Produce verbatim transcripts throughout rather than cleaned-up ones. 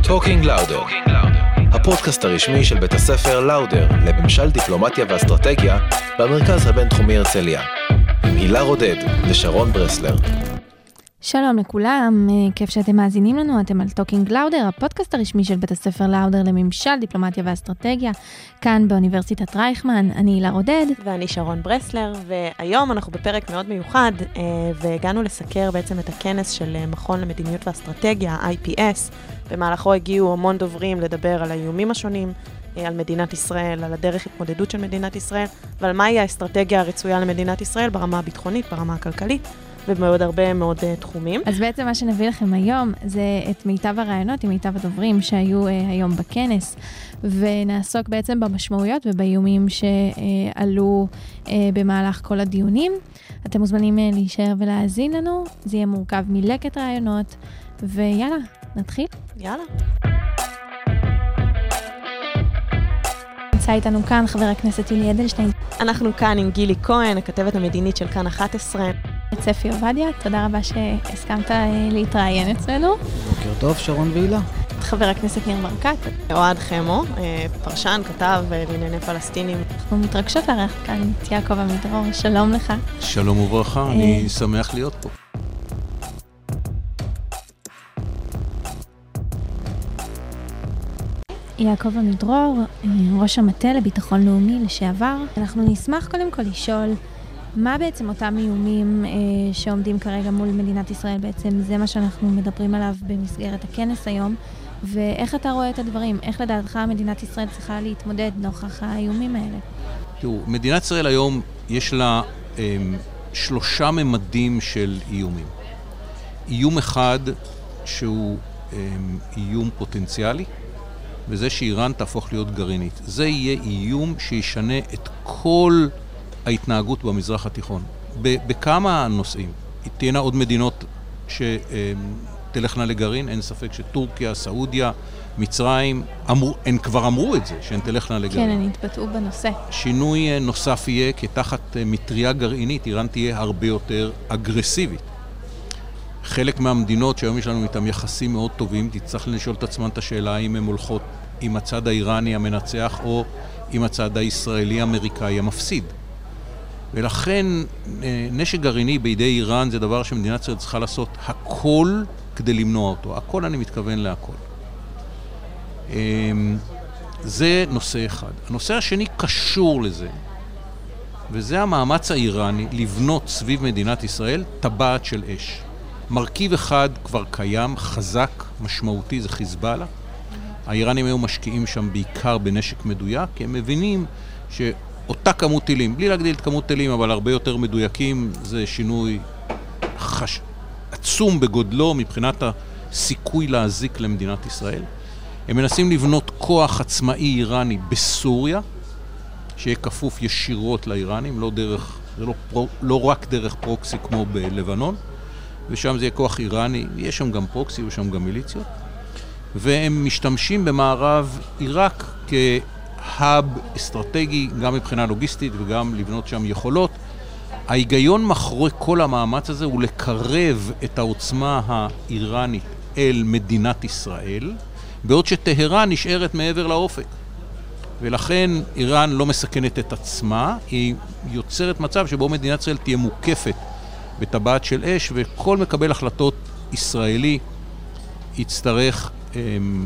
Talking Louder, הפודקאסט הרשמי של בית הספר לאודר לממשל דיפלומטיה ואסטרטגיה במרכז הבינתחומי הרצליה, עם הילה רודד ושרון ברסלר. שלום לכולם, כיף שאתם מאזינים לנו, אתם על Talking Louder, הפודקאסט הרשמי של בית הספר לאודר לממשל דיפלומטיה ואסטרטגיה, כאן באוניברסיטת רייכמן. אני הילה רודד. ואני שרון ברסלר, והיום אנחנו בפרק מאוד מיוחד, והגענו לסקר בעצם את הכנס של מכון למדיניות ואסטרטגיה, איי פי אס, במהלכו הגיעו המון דוברים לדבר על האיומים השונים, על מדינת ישראל, על הדרך התמודדות של מדינת ישראל, ועל מהי האסטרטגיה הרצויה למדינת ישראל ברמה הביטחונית, ברמה הכלכלית, ובמאוד הרבה מאוד uh, תחומים. אז בעצם מה שנביא לכם היום זה את מיטב הרעיונות עם מיטב הדוברים שהיו uh, היום בכנס, ונעסוק בעצם במשמעויות ובאיומים שעלו uh, במהלך כל הדיונים. אתם מוזמנים uh, להישאר ולהאזין לנו, זה יהיה מורכב מלקט רעיונות, ויאללה, נתחיל. יאללה. נמצא איתנו כאן חבר הכנסת יולי אדלשטיין. אנחנו כאן עם גילי כהן, הכתבת המדינית של כאן אחת עשרה. צפי עובדיה, תודה רבה שהסכמת להתראיין אצלנו. בוקר טוב, שרון והילה. חבר הכנסת ניר ברקת. אוהד חמו, פרשן, כתב לענייני פלסטינים. אנחנו מתרגשות לארח כאן את יעקב עמידרור, שלום לך. שלום וברכה, אני שמח להיות פה. יעקב עמידרור, ראש המטה לביטחון לאומי לשעבר. אנחנו נשמח קודם כל לשאול, מה בעצם אותם איומים אה, שעומדים כרגע מול מדינת ישראל? בעצם זה מה שאנחנו מדברים עליו במסגרת הכנס היום, ואיך אתה רואה את הדברים? איך לדעתך מדינת ישראל צריכה להתמודד נוכח האיומים האלה? תראו, מדינת ישראל היום יש לה אה, שלושה ממדים של איומים. איום אחד שהוא אה, איום פוטנציאלי, וזה שאיראן תהפוך להיות גרעינית. זה יהיה איום שישנה את כל ההתנהגות במזרח התיכון. בכמה נושאים. תהיינה עוד מדינות שתלכנה לגרעין, אין ספק שטורקיה, סעודיה, מצרים, אמרו, הן כבר אמרו את זה, שהן תלכנה לגרעין. כן, הן התבטאו בנושא. שינוי נוסף יהיה, כי תחת מטריה גרעינית, איראן תהיה הרבה יותר אגרסיבית. חלק מהמדינות שהיום יש לנו איתם יחסים מאוד טובים, תצטרך לשאול את עצמן את השאלה האם הן הולכות עם הצד האיראני המנצח, או עם הצד הישראלי-אמריקאי המפסיד. ולכן נשק גרעיני בידי איראן זה דבר שמדינת ישראל צריכה לעשות הכל כדי למנוע אותו. הכל אני מתכוון להכל. זה נושא אחד. הנושא השני קשור לזה, וזה המאמץ האיראני לבנות סביב מדינת ישראל טבעת של אש. מרכיב אחד כבר קיים, חזק, משמעותי, זה חיזבאללה. האיראנים היו משקיעים שם בעיקר בנשק מדויק, כי הם מבינים ש... אותה כמות טילים, בלי להגדיל את כמות טילים, אבל הרבה יותר מדויקים, זה שינוי חש... עצום בגודלו מבחינת הסיכוי להזיק למדינת ישראל. הם מנסים לבנות כוח עצמאי איראני בסוריה, שיהיה כפוף ישירות לאיראנים, לא דרך, זה לא, פרו, לא רק דרך פרוקסי כמו בלבנון, ושם זה יהיה כוח איראני, יש שם גם פרוקסי, יש שם גם מיליציות, והם משתמשים במערב עיראק כ... האב אסטרטגי, גם מבחינה לוגיסטית וגם לבנות שם יכולות. ההיגיון מאחורי כל המאמץ הזה הוא לקרב את העוצמה האיראנית אל מדינת ישראל, בעוד שטהרן נשארת מעבר לאופק. ולכן איראן לא מסכנת את עצמה, היא יוצרת מצב שבו מדינת ישראל תהיה מוקפת בטבעת של אש, וכל מקבל החלטות ישראלי יצטרך אמ,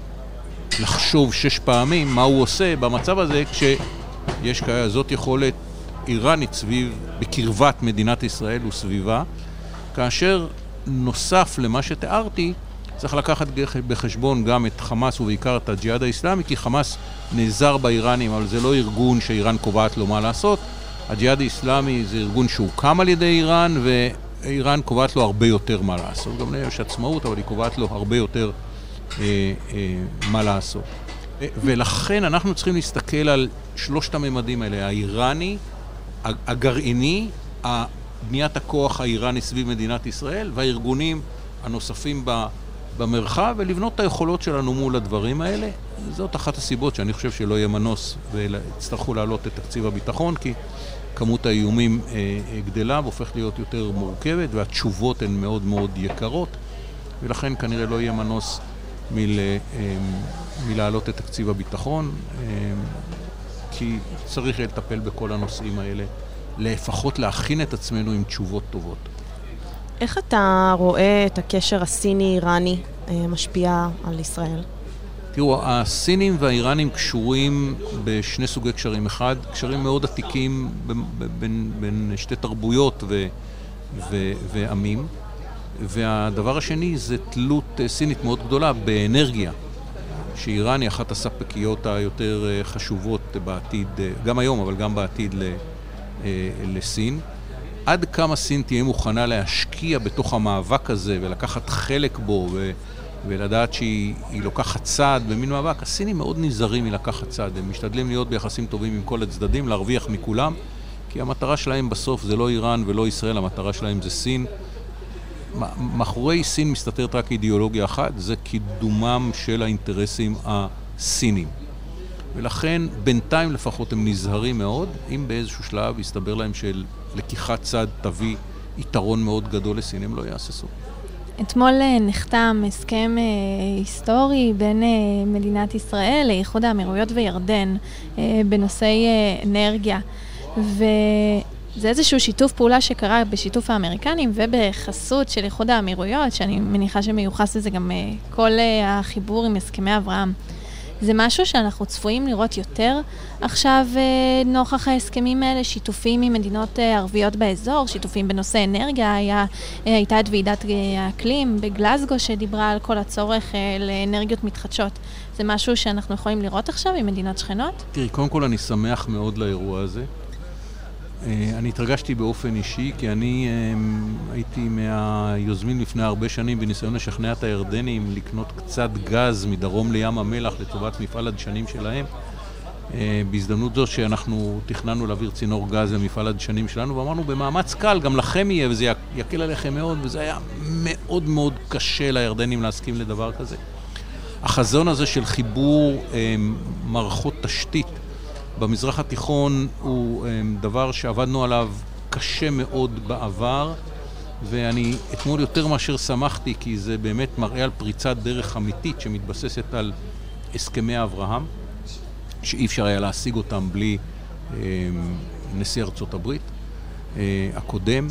לחשוב שש פעמים מה הוא עושה במצב הזה, כשיש כזאת יכולת איראנית סביב, בקרבת מדינת ישראל וסביבה, כאשר נוסף למה שתיארתי, צריך לקחת בחשבון גם את חמאס ובעיקר את הג'יהאד האסלאמי, כי חמאס נעזר באיראנים, אבל זה לא ארגון שאיראן קובעת לו מה לעשות. הג'יהאד האסלאמי זה ארגון שהוקם על ידי איראן, ואיראן קובעת לו הרבה יותר מה לעשות. גם יש עצמאות, אבל היא קובעת לו הרבה יותר אה, אה, מה לעשות. ולכן אנחנו צריכים להסתכל על שלושת הממדים האלה, האיראני, הגרעיני, בניית הכוח האיראני סביב מדינת ישראל, והארגונים הנוספים במרחב, ולבנות את היכולות שלנו מול הדברים האלה. זאת אחת הסיבות שאני חושב שלא יהיה מנוס, והצטרכו להעלות את תקציב הביטחון, כי כמות האיומים גדלה והופך להיות יותר מורכבת, והתשובות הן מאוד מאוד יקרות, ולכן כנראה לא יהיה מנוס מל, מלהעלות את תקציב הביטחון, כי צריך לטפל בכל הנושאים האלה, לפחות להכין את עצמנו עם תשובות טובות. איך אתה רואה את הקשר הסיני-איראני משפיע על ישראל? תראו, הסינים והאיראנים קשורים בשני סוגי קשרים. אחד, קשרים מאוד עתיקים בין, בין, בין שתי תרבויות ו, ו, ועמים. והדבר השני זה תלות סינית מאוד גדולה באנרגיה, שאיראן היא אחת הספקיות היותר חשובות בעתיד, גם היום, אבל גם בעתיד לסין. עד כמה סין תהיה מוכנה להשקיע בתוך המאבק הזה ולקחת חלק בו ו... ולדעת שהיא לוקחת צעד במין מאבק, הסינים מאוד נזהרים מלקחת צעד, הם משתדלים להיות ביחסים טובים עם כל הצדדים, להרוויח מכולם, כי המטרה שלהם בסוף זה לא איראן ולא ישראל, המטרה שלהם זה סין. מאחורי סין מסתתרת רק אידיאולוגיה אחת, זה קידומם של האינטרסים הסינים. ולכן בינתיים לפחות הם נזהרים מאוד, אם באיזשהו שלב יסתבר להם של לקיחת צעד תביא יתרון מאוד גדול לסין, הם לא יעשסו. אתמול נחתם הסכם היסטורי בין מדינת ישראל לאיחוד האמירויות וירדן בנושאי אנרגיה, וזה איזשהו שיתוף פעולה שקרה בשיתוף האמריקנים ובחסות של איחוד האמירויות, שאני מניחה שמיוחס לזה גם כל החיבור עם הסכמי אברהם. זה משהו שאנחנו צפויים לראות יותר עכשיו נוכח ההסכמים האלה, שיתופים עם מדינות ערביות באזור, שיתופים בנושא אנרגיה, היה, הייתה את ועידת האקלים בגלזגו שדיברה על כל הצורך לאנרגיות מתחדשות. זה משהו שאנחנו יכולים לראות עכשיו עם מדינות שכנות? תראי, קודם כל אני שמח מאוד לאירוע הזה. אני התרגשתי באופן אישי, כי אני הייתי מהיוזמים לפני הרבה שנים בניסיון לשכנע את הירדנים לקנות קצת גז מדרום לים המלח לטובת מפעל הדשנים שלהם. בהזדמנות זו שאנחנו תכננו להעביר צינור גז למפעל הדשנים שלנו, ואמרנו במאמץ קל, גם לכם יהיה, וזה יקל עליכם מאוד, וזה היה מאוד מאוד קשה לירדנים להסכים לדבר כזה. החזון הזה של חיבור מערכות תשתית במזרח התיכון הוא דבר שעבדנו עליו קשה מאוד בעבר, ואני אתמול יותר מאשר שמחתי, כי זה באמת מראה על פריצת דרך אמיתית שמתבססת על הסכמי אברהם, שאי אפשר היה להשיג אותם בלי נשיא ארצות הברית הקודם,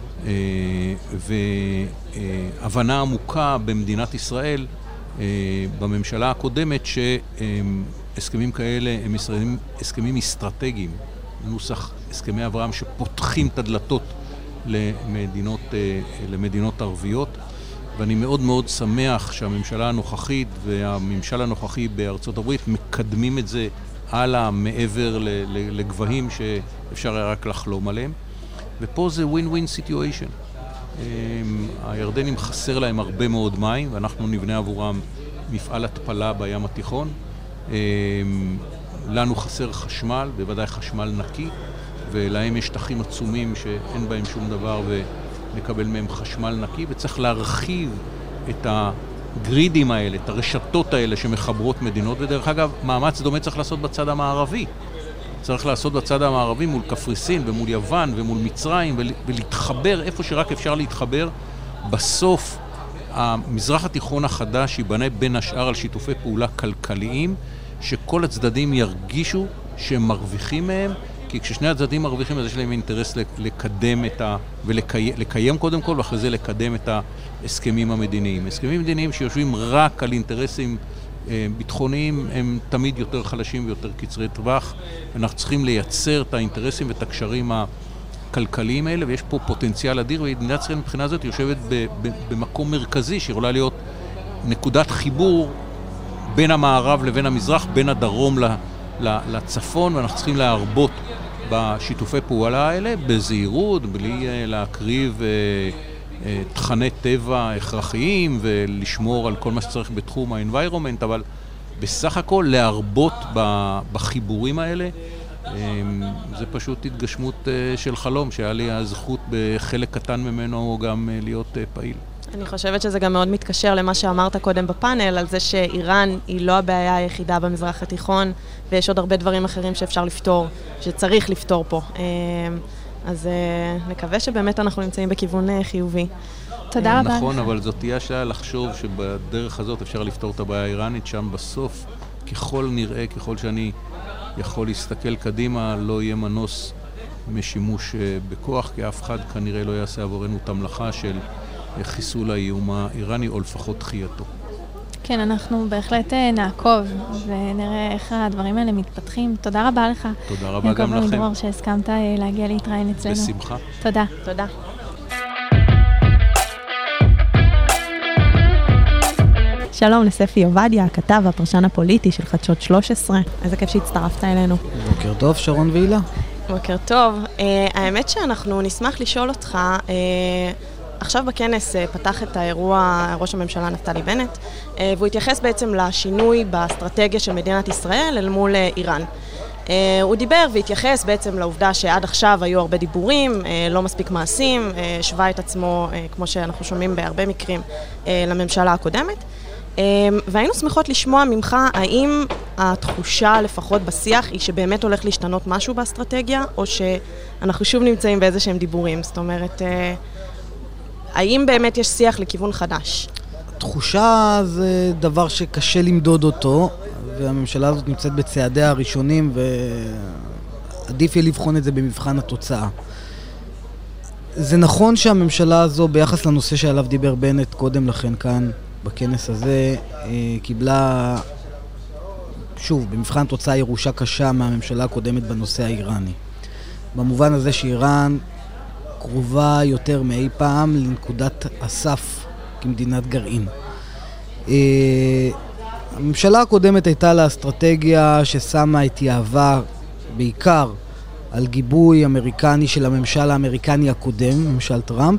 והבנה עמוקה במדינת ישראל בממשלה הקודמת שהסכמים כאלה הם ישראלים, הסכמים אסטרטגיים, נוסח הסכמי אברהם שפותחים את הדלתות למדינות, למדינות ערביות, ואני מאוד מאוד שמח שהממשלה הנוכחית והממשל הנוכחי בארצות הברית מקדמים את זה הלאה מעבר לגבהים שאפשר היה רק לחלום עליהם, ופה זה win-win situation. הירדנים חסר להם הרבה מאוד מים, ואנחנו נבנה עבורם מפעל התפלה בים התיכון. לנו חסר חשמל, בוודאי חשמל נקי, ולהם יש שטחים עצומים שאין בהם שום דבר ונקבל מהם חשמל נקי, וצריך להרחיב את הגרידים האלה, את הרשתות האלה שמחברות מדינות, ודרך אגב, מאמץ דומה צריך לעשות בצד המערבי. צריך לעשות בצד המערבי מול קפריסין ומול יוון ומול מצרים ולהתחבר איפה שרק אפשר להתחבר. בסוף המזרח התיכון החדש ייבנה בין השאר על שיתופי פעולה כלכליים, שכל הצדדים ירגישו שהם מרוויחים מהם, כי כששני הצדדים מרוויחים אז יש להם אינטרס לקדם את ה... ולקיים קודם כל, ואחרי זה לקדם את ההסכמים המדיניים. הסכמים מדיניים שיושבים רק על אינטרסים ביטחוניים הם תמיד יותר חלשים ויותר קצרי טווח. אנחנו צריכים לייצר את האינטרסים ואת הקשרים הכלכליים האלה, ויש פה פוטנציאל אדיר, ומדינת ישראל מבחינה הזאת יושבת במקום מרכזי שיכולה להיות נקודת חיבור בין המערב לבין המזרח, בין הדרום לצפון, ואנחנו צריכים להרבות בשיתופי פעולה האלה בזהירות, בלי להקריב תכני טבע הכרחיים ולשמור על כל מה שצריך בתחום ה-environment, אבל בסך הכל להרבות בחיבורים האלה. זה פשוט התגשמות של חלום, שהיה לי הזכות בחלק קטן ממנו גם להיות פעיל. אני חושבת שזה גם מאוד מתקשר למה שאמרת קודם בפאנל, על זה שאיראן היא לא הבעיה היחידה במזרח התיכון, ויש עוד הרבה דברים אחרים שאפשר לפתור, שצריך לפתור פה. אז uh, נקווה שבאמת אנחנו נמצאים בכיוון uh, חיובי. תודה רבה. נכון, אבל זאת תהיה השאלה לחשוב שבדרך הזאת אפשר לפתור את הבעיה האיראנית, שם בסוף, ככל נראה, ככל שאני יכול להסתכל קדימה, לא יהיה מנוס משימוש בכוח, כי אף אחד כנראה לא יעשה עבורנו את המלאכה של חיסול האיום האיראני, או לפחות דחייתו. כן, אנחנו בהחלט נעקוב ונראה איך הדברים האלה מתפתחים. תודה רבה לך. תודה רבה גם לכם. יעקב דרור, שהסכמת להגיע להתראיין אצלנו. בשמחה. תודה. תודה. שלום לספי עובדיה, הכתב והפרשן הפוליטי של חדשות שלוש עשרה. איזה כיף שהצטרפת אלינו. בוקר טוב, שרון והילה. בוקר טוב. Uh, האמת שאנחנו נשמח לשאול אותך, uh, עכשיו בכנס uh, פתח את האירוע ראש הממשלה נפתלי בנט, uh, והוא התייחס בעצם לשינוי באסטרטגיה של מדינת ישראל אל מול uh, איראן. Uh, הוא דיבר והתייחס בעצם לעובדה שעד עכשיו היו הרבה דיבורים, uh, לא מספיק מעשים, uh, שווה את עצמו, uh, כמו שאנחנו שומעים בהרבה מקרים, uh, לממשלה הקודמת. והיינו שמחות לשמוע ממך, האם התחושה לפחות בשיח היא שבאמת הולך להשתנות משהו באסטרטגיה, או שאנחנו שוב נמצאים באיזה שהם דיבורים? זאת אומרת, האם באמת יש שיח לכיוון חדש? התחושה זה דבר שקשה למדוד אותו, והממשלה הזאת נמצאת בצעדיה הראשונים, ועדיף יהיה לבחון את זה במבחן התוצאה. זה נכון שהממשלה הזו, ביחס לנושא שעליו דיבר בנט קודם לכן כאן, בכנס הזה, קיבלה, שוב, במבחן תוצאה ירושה קשה מהממשלה הקודמת בנושא האיראני. במובן הזה שאיראן קרובה יותר מאי פעם לנקודת הסף כמדינת גרעין. הממשלה הקודמת הייתה לה אסטרטגיה ששמה את יהבה בעיקר על גיבוי אמריקני של הממשל האמריקני הקודם, ממשל טראמפ.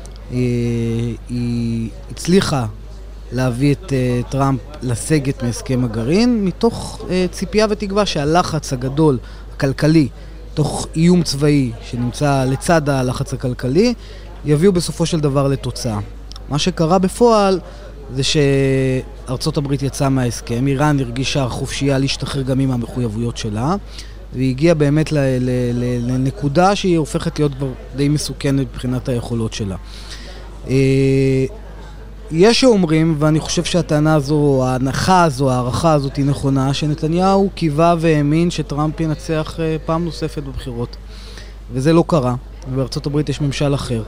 היא הצליחה להביא את uh, טראמפ לסגת מהסכם הגרעין, מתוך uh, ציפייה ותקווה שהלחץ הגדול, הכלכלי, תוך איום צבאי שנמצא לצד הלחץ הכלכלי, יביאו בסופו של דבר לתוצאה. מה שקרה בפועל זה שארצות הברית יצאה מההסכם, איראן הרגישה חופשייה להשתחרר גם עם המחויבויות שלה, והיא הגיעה באמת ל- ל- ל- לנקודה שהיא הופכת להיות כבר די מסוכנת מבחינת היכולות שלה. Uh, יש שאומרים, ואני חושב שהטענה הזו, ההנחה הזו, הערכה הזאת היא נכונה, שנתניהו קיווה והאמין שטראמפ ינצח פעם נוספת בבחירות. וזה לא קרה. בארצות הברית יש ממשל אחר,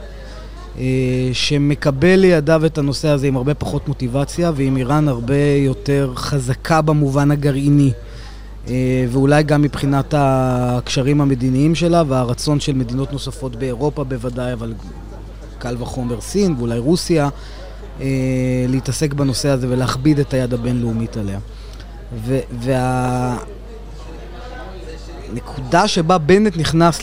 שמקבל לידיו את הנושא הזה עם הרבה פחות מוטיבציה, ועם איראן הרבה יותר חזקה במובן הגרעיני. ואולי גם מבחינת הקשרים המדיניים שלה, והרצון של מדינות נוספות באירופה בוודאי, אבל קל וחומר סין, ואולי רוסיה, להתעסק בנושא הזה ולהכביד את היד הבינלאומית עליה. והנקודה שבה בנט נכנס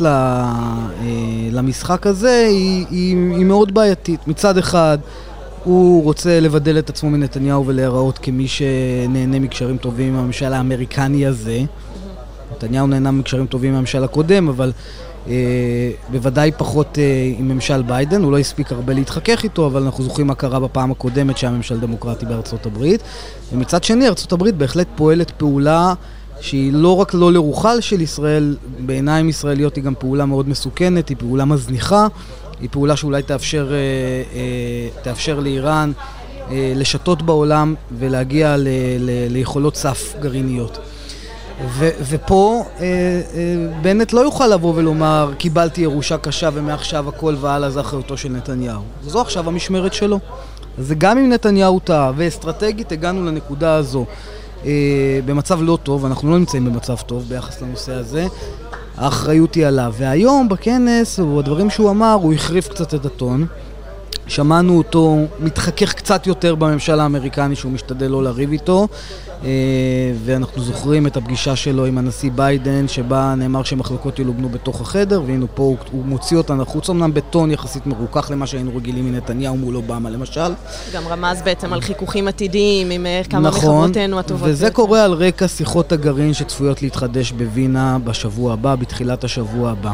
למשחק הזה היא, היא, היא מאוד בעייתית. מצד אחד, הוא רוצה לבדל את עצמו מנתניהו ולהיראות כמי שנהנה מקשרים טובים עם הממשל האמריקני הזה. נתניהו נהנה מקשרים טובים עם הממשל הקודם, אבל Uh, בוודאי פחות uh, עם ממשל ביידן, הוא לא הספיק הרבה להתחכך איתו, אבל אנחנו זוכרים מה קרה בפעם הקודמת שהממשל דמוקרטי בארצות הברית. ומצד שני, ארצות הברית בהחלט פועלת פעולה שהיא לא רק לא לרוחל של ישראל, בעיניים ישראליות היא גם פעולה מאוד מסוכנת, היא פעולה מזניחה, היא פעולה שאולי תאפשר, uh, uh, תאפשר לאיראן uh, לשתות בעולם ולהגיע ל- ל- ליכולות סף גרעיניות. ו- ופה אה, אה, בנט לא יוכל לבוא ולומר קיבלתי ירושה קשה ומעכשיו הכל והלאה זה אחריותו של נתניהו. זו עכשיו המשמרת שלו. אז גם אם נתניהו טעה ואסטרטגית הגענו לנקודה הזו אה, במצב לא טוב, אנחנו לא נמצאים במצב טוב ביחס לנושא הזה, האחריות היא עליו. והיום בכנס, ובדברים שהוא אמר, הוא החריף קצת את הטון. שמענו אותו מתחכך קצת יותר בממשל האמריקני שהוא משתדל לא לריב איתו, ואנחנו זוכרים את הפגישה שלו עם הנשיא ביידן שבה נאמר שמחלוקות ילובנו בתוך החדר, והנה פה הוא מוציא אותן החוץ, אמנם בטון יחסית מרוכך למה שהיינו רגילים מנתניהו מול אובמה למשל. גם רמז בעצם על חיכוכים עתידיים עם כמה מחברותינו הטובות. נכון, וזה קורה על רקע שיחות הגרעין שצפויות להתחדש בווינה בשבוע הבא, בתחילת השבוע הבא.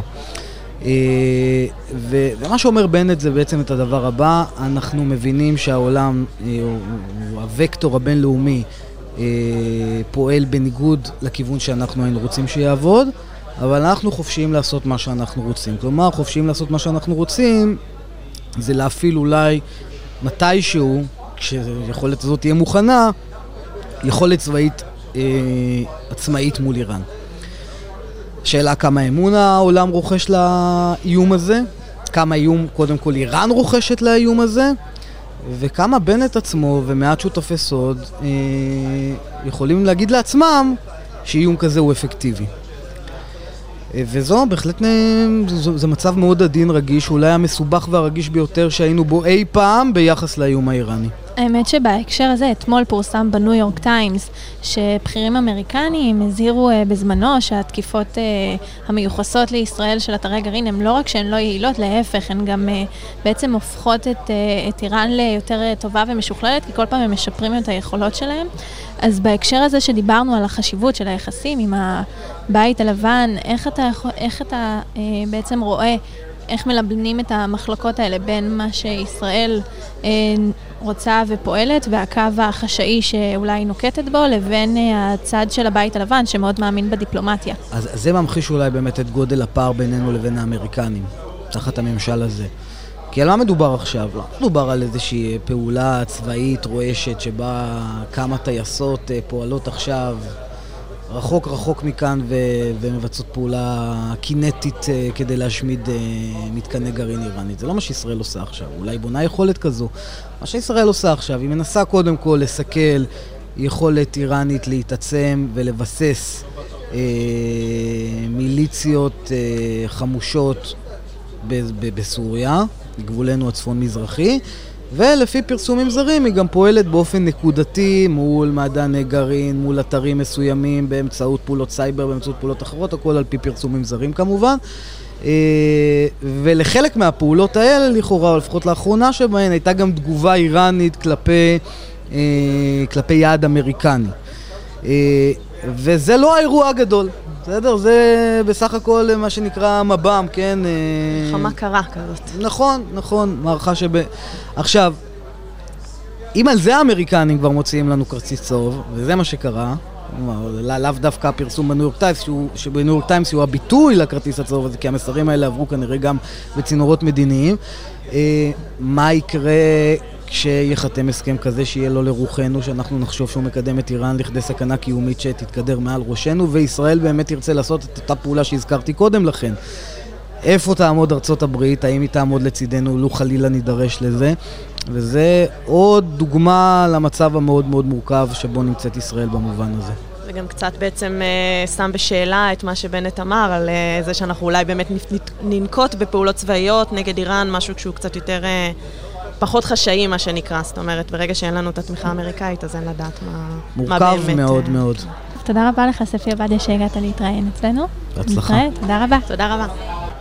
ומה שאומר בנט זה בעצם את הדבר הבא, אנחנו מבינים שהעולם, הוקטור הבינלאומי, פועל בניגוד לכיוון שאנחנו היינו רוצים שיעבוד, אבל אנחנו חופשיים לעשות מה שאנחנו רוצים. כלומר, חופשיים לעשות מה שאנחנו רוצים, זה להפעיל אולי מתישהו, כשיכולת הזאת תהיה מוכנה, יכולת צבאית אה, עצמאית מול איראן. שאלה כמה אמון העולם רוכש לאיום הזה, כמה איום קודם כל איראן רוכשת לאיום הזה, וכמה בנט עצמו ומעט שותפי סוד אה, יכולים להגיד לעצמם שאיום כזה הוא אפקטיבי. אה, וזו בהחלט, זה, זה מצב מאוד עדין רגיש, אולי המסובך והרגיש ביותר שהיינו בו אי פעם ביחס לאיום האיראני. האמת שבהקשר הזה, אתמול פורסם בניו יורק טיימס, שבכירים אמריקניים הזהירו uh, בזמנו שהתקיפות uh, המיוחסות לישראל של אתרי גרעין, הן לא רק שהן לא יעילות, להפך, הן גם uh, בעצם הופכות את, uh, את איראן ליותר uh, טובה ומשוכללת, כי כל פעם הם משפרים את היכולות שלהם. אז בהקשר הזה שדיברנו על החשיבות של היחסים עם הבית הלבן, איך אתה, איך אתה uh, בעצם רואה איך מלבנים את המחלוקות האלה בין מה שישראל אה, רוצה ופועלת והקו החשאי שאולי היא נוקטת בו לבין אה, הצד של הבית הלבן שמאוד מאמין בדיפלומטיה. אז, אז זה ממחיש אולי באמת את גודל הפער בינינו לבין האמריקנים, תחת הממשל הזה. כי על מה מדובר עכשיו? לא מדובר על איזושהי פעולה צבאית רועשת שבה כמה טייסות אה, פועלות עכשיו רחוק רחוק מכאן ו- ומבצעות פעולה קינטית uh, כדי להשמיד uh, מתקני גרעין איראנית. זה לא מה שישראל עושה עכשיו. אולי בונה יכולת כזו. מה שישראל עושה עכשיו, היא מנסה קודם כל לסכל יכולת איראנית להתעצם ולבסס uh, מיליציות uh, חמושות ב- ב- בסוריה, גבולנו הצפון מזרחי, ולפי פרסומים זרים היא גם פועלת באופן נקודתי מול מעדני גרעין, מול אתרים מסוימים, באמצעות פעולות סייבר, באמצעות פעולות אחרות, הכל על פי פרסומים זרים כמובן. ולחלק מהפעולות האלה, לכאורה, או לפחות לאחרונה שבהן, הייתה גם תגובה איראנית כלפי, כלפי יעד אמריקני. וזה לא האירוע הגדול. בסדר? זה בסך הכל מה שנקרא מב"ם, כן? מלחמה קרה כזאת. נכון, נכון, מערכה שב... עכשיו, אם על זה האמריקנים כבר מוציאים לנו כרטיס צהוב, וזה מה שקרה, לאו דווקא הפרסום בניו יורק טיימס, שבניו יורק טיימס הוא הביטוי לכרטיס הצהוב הזה, כי המסרים האלה עברו כנראה גם בצינורות מדיניים, מה יקרה כשיחתם הסכם כזה שיהיה לו לרוחנו, שאנחנו נחשוב שהוא מקדם את איראן לכדי סכנה קיומית שתתקדר מעל ראשנו, וישראל באמת ירצה לעשות את אותה פעולה שהזכרתי קודם לכן. איפה תעמוד ארצות הברית? האם היא תעמוד לצידנו? לא חלילה נידרש לזה. וזה עוד דוגמה למצב המאוד מאוד מורכב שבו נמצאת ישראל במובן הזה. וגם קצת בעצם uh, שם בשאלה את מה שבנט אמר על uh, זה שאנחנו אולי באמת ננקוט בפעולות צבאיות נגד איראן, משהו שהוא קצת יותר... Uh, פחות חשאי, מה שנקרא, זאת אומרת, ברגע שאין לנו את התמיכה האמריקאית, אז אין לדעת מה, מה באמת... מורכב מאוד מאוד. תודה רבה לך, ספי עבדיה, שהגעת להתראיין אצלנו. בהצלחה. תודה רבה. תודה רבה.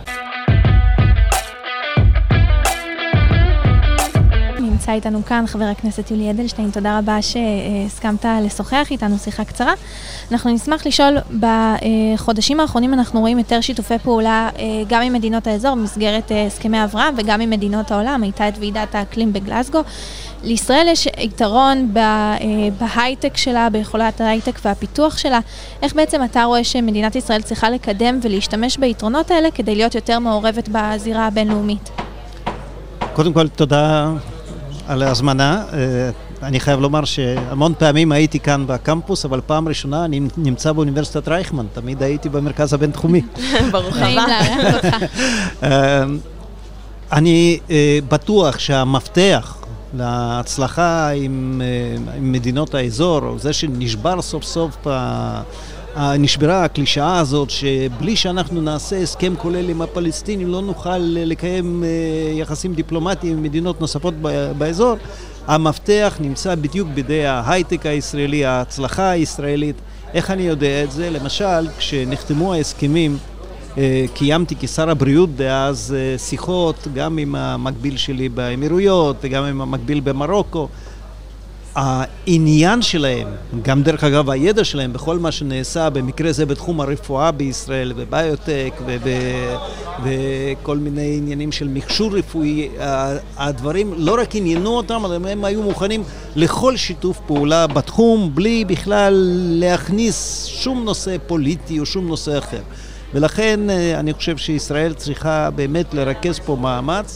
נמצא איתנו כאן חבר הכנסת יולי אדלשטיין, תודה רבה שהסכמת לשוחח איתנו שיחה קצרה. אנחנו נשמח לשאול, בחודשים האחרונים אנחנו רואים יותר שיתופי פעולה גם עם מדינות האזור במסגרת הסכמי אברהם וגם עם מדינות העולם, הייתה את ועידת האקלים בגלסגו. לישראל יש יתרון בהייטק שלה, ביכולת ההייטק והפיתוח שלה. איך בעצם אתה רואה שמדינת ישראל צריכה לקדם ולהשתמש ביתרונות האלה כדי להיות יותר מעורבת בזירה הבינלאומית? קודם כל, תודה על ההזמנה. אני חייב לומר שהמון פעמים הייתי כאן בקמפוס, אבל פעם ראשונה אני נמצא באוניברסיטת רייכמן, תמיד הייתי במרכז הבינתחומי. ברוך הבא. אני בטוח שהמפתח להצלחה עם, עם מדינות האזור, זה שנשבר סוף סוף נשברה הקלישאה הזאת שבלי שאנחנו נעשה הסכם כולל עם הפלסטינים לא נוכל לקיים יחסים דיפלומטיים עם מדינות נוספות באזור. המפתח נמצא בדיוק בידי ההייטק הישראלי, ההצלחה הישראלית. איך אני יודע את זה? למשל, כשנחתמו ההסכמים, קיימתי כשר הבריאות דאז שיחות גם עם המקביל שלי באמירויות וגם עם המקביל במרוקו. העניין שלהם, גם דרך אגב הידע שלהם בכל מה שנעשה במקרה זה בתחום הרפואה בישראל וביוטק וכל מיני עניינים של מכשור רפואי, הדברים לא רק עניינו אותם, אבל הם היו מוכנים לכל שיתוף פעולה בתחום בלי בכלל להכניס שום נושא פוליטי או שום נושא אחר. ולכן אני חושב שישראל צריכה באמת לרכז פה מאמץ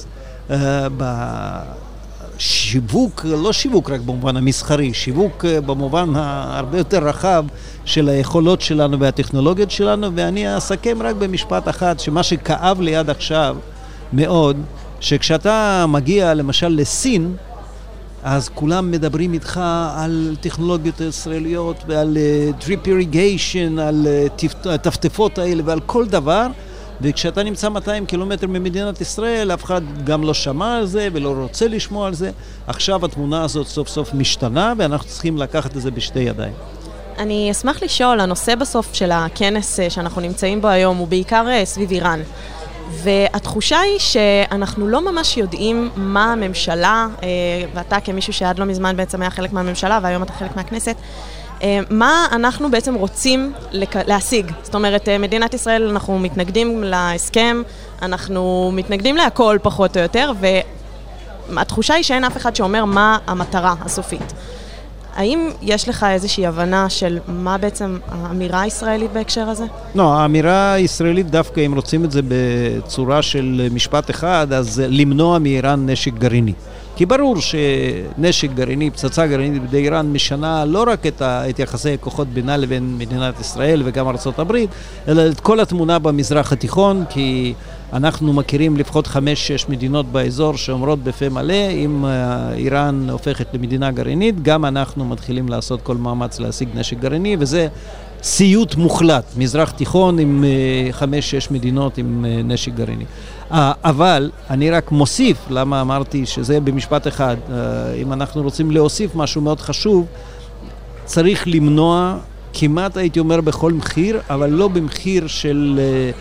בשיווק, לא שיווק רק במובן המסחרי, שיווק במובן הרבה יותר רחב של היכולות שלנו והטכנולוגיות שלנו, ואני אסכם רק במשפט אחד, שמה שכאב לי עד עכשיו מאוד, שכשאתה מגיע למשל לסין, אז כולם מדברים איתך על טכנולוגיות ישראליות ועל דריפ איריגיישן, על הטפטפות האלה ועל כל דבר, וכשאתה נמצא מאתיים קילומטר ממדינת ישראל, אף אחד גם לא שמע על זה ולא רוצה לשמוע על זה. עכשיו התמונה הזאת סוף סוף משתנה, ואנחנו צריכים לקחת את זה בשתי ידיים. אני אשמח לשאול, הנושא בסוף של הכנס שאנחנו נמצאים בו היום הוא בעיקר סביב איראן. והתחושה היא שאנחנו לא ממש יודעים מה הממשלה, ואתה כמישהו שעד לא מזמן בעצם היה חלק מהממשלה והיום אתה חלק מהכנסת, מה אנחנו בעצם רוצים להשיג. זאת אומרת, מדינת ישראל, אנחנו מתנגדים להסכם, אנחנו מתנגדים להכל פחות או יותר, והתחושה היא שאין אף אחד שאומר מה המטרה הסופית. האם יש לך איזושהי הבנה של מה בעצם האמירה הישראלית בהקשר הזה? לא, האמירה הישראלית דווקא, אם רוצים את זה בצורה של משפט אחד, אז למנוע מאיראן נשק גרעיני. כי ברור שנשק גרעיני, פצצה גרעינית בידי איראן משנה לא רק את, ה, את יחסי הכוחות בינה לבין מדינת ישראל וגם ארצות הברית, אלא את כל התמונה במזרח התיכון, כי אנחנו מכירים לפחות חמש, שש מדינות באזור שאומרות בפה מלא, אם איראן הופכת למדינה גרעינית, גם אנחנו מתחילים לעשות כל מאמץ להשיג נשק גרעיני, וזה סיוט מוחלט, מזרח תיכון עם חמש, שש מדינות עם נשק גרעיני. אבל אני רק מוסיף, למה אמרתי שזה במשפט אחד, אם אנחנו רוצים להוסיף משהו מאוד חשוב, צריך למנוע, כמעט הייתי אומר בכל מחיר, אבל לא במחיר של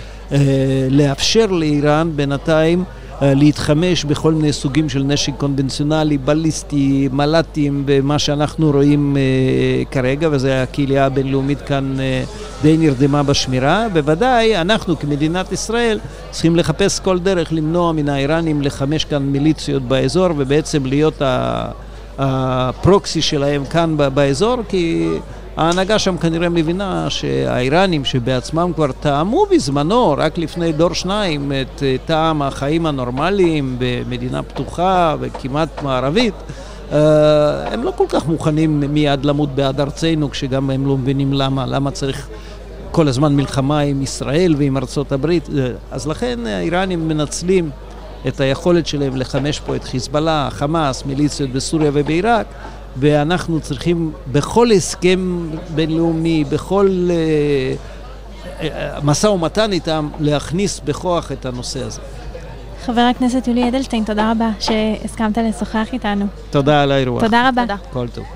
לאפשר לאיראן בינתיים להתחמש בכל מיני סוגים של נשק קונבנציונלי, בליסטי, מל"טים, ומה שאנחנו רואים uh, כרגע, וזה הקהילה הבינלאומית כאן uh, די נרדמה בשמירה. בוודאי, אנחנו כמדינת ישראל צריכים לחפש כל דרך למנוע מן האיראנים לחמש כאן מיליציות באזור, ובעצם להיות הפרוקסי שלהם כאן באזור, כי ההנהגה שם כנראה מבינה שהאיראנים שבעצמם כבר טעמו בזמנו, רק לפני דור שניים, את טעם החיים הנורמליים במדינה פתוחה וכמעט מערבית, הם לא כל כך מוכנים מיד למות בעד ארצנו, כשגם הם לא מבינים למה, למה צריך כל הזמן מלחמה עם ישראל ועם ארצות הברית. אז לכן האיראנים מנצלים את היכולת שלהם לחמש פה את חיזבאללה, חמאס, מיליציות בסוריה ובעיראק, ואנחנו צריכים בכל הסכם בינלאומי, בכל uh, משא ומתן איתם, להכניס בכוח את הנושא הזה. חבר הכנסת יולי אדלשטיין, תודה רבה שהסכמת לשוחח איתנו. תודה על האירוח. תודה רבה. תודה. כל טוב.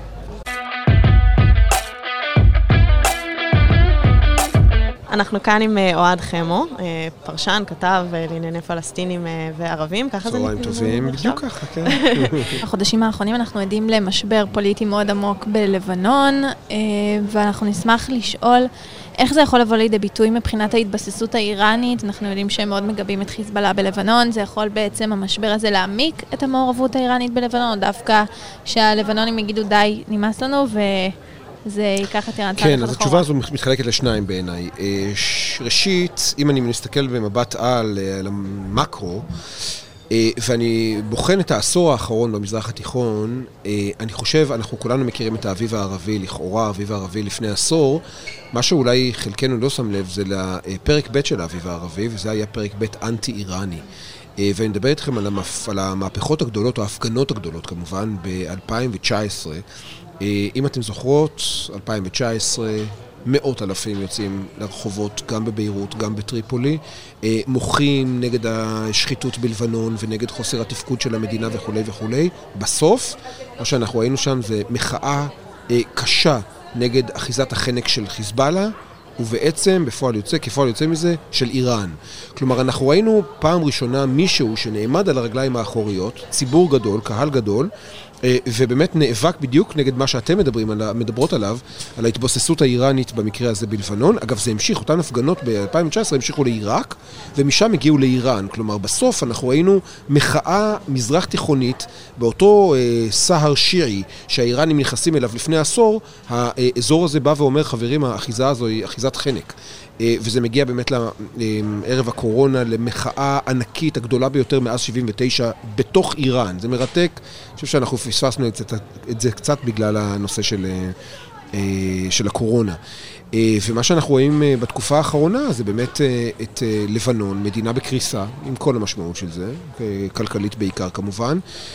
אנחנו כאן עם אוהד חמו, פרשן, כתב לענייני פלסטינים וערבים, ככה זה צהריים טובים, בדיוק ככה, כן. בחודשים האחרונים אנחנו עדים למשבר פוליטי מאוד עמוק בלבנון, ואנחנו נשמח לשאול איך זה יכול לבוא לידי ביטוי מבחינת ההתבססות האיראנית. אנחנו יודעים שהם מאוד מגבים את חיזבאללה בלבנון, זה יכול בעצם המשבר הזה להעמיק את המעורבות האיראנית בלבנון, דווקא שהלבנונים יגידו די, נמאס לנו, ו... זה ייקח את איראן צעד אחד אחורה. כן, אז התשובה הזו מתחלקת לשניים בעיניי. ראשית, אם אני מסתכל במבט על, על המקרו, ואני בוחן את העשור האחרון במזרח התיכון, אני חושב, אנחנו כולנו מכירים את האביב הערבי, לכאורה האביב הערבי לפני עשור, מה שאולי חלקנו לא שם לב זה לפרק ב' של האביב הערבי, וזה היה פרק ב' אנטי-איראני. ואני מדבר איתכם על, המפ... על המהפכות הגדולות, או ההפגנות הגדולות כמובן, ב-אלפיים תשע עשרה. אם אתם זוכרות, אלפיים תשע עשרה, מאות אלפים יוצאים לרחובות, גם בביירות, גם בטריפולי, מוחים נגד השחיתות בלבנון ונגד חוסר התפקוד של המדינה וכו' וכו'. בסוף, מה שאנחנו ראינו שם זה מחאה קשה נגד אחיזת החנק של חיזבאללה, ובעצם, בפועל יוצא, כפועל יוצא מזה, של איראן. כלומר, אנחנו ראינו פעם ראשונה מישהו שנעמד על הרגליים האחוריות, ציבור גדול, קהל גדול, ובאמת נאבק בדיוק נגד מה שאתם מדברים, מדברות עליו, על ההתבוססות האיראנית במקרה הזה בלבנון. אגב, זה המשיך, אותן הפגנות ב-אלפיים תשע עשרה המשיכו לעיראק, ומשם הגיעו לאיראן. כלומר, בסוף אנחנו ראינו מחאה מזרח תיכונית, באותו אה, סהר שיעי שהאיראנים נכנסים אליו לפני עשור, האזור הזה בא ואומר, חברים, האחיזה הזו היא אחיזת חנק. וזה מגיע באמת לערב הקורונה, למחאה ענקית הגדולה ביותר מאז שבעים ותשע בתוך איראן. זה מרתק. אני חושב שאנחנו פספסנו את זה, את זה קצת בגלל הנושא של, של הקורונה. ומה שאנחנו רואים בתקופה האחרונה זה באמת את לבנון, מדינה בקריסה, עם כל המשמעות של זה, כלכלית בעיקר כמובן,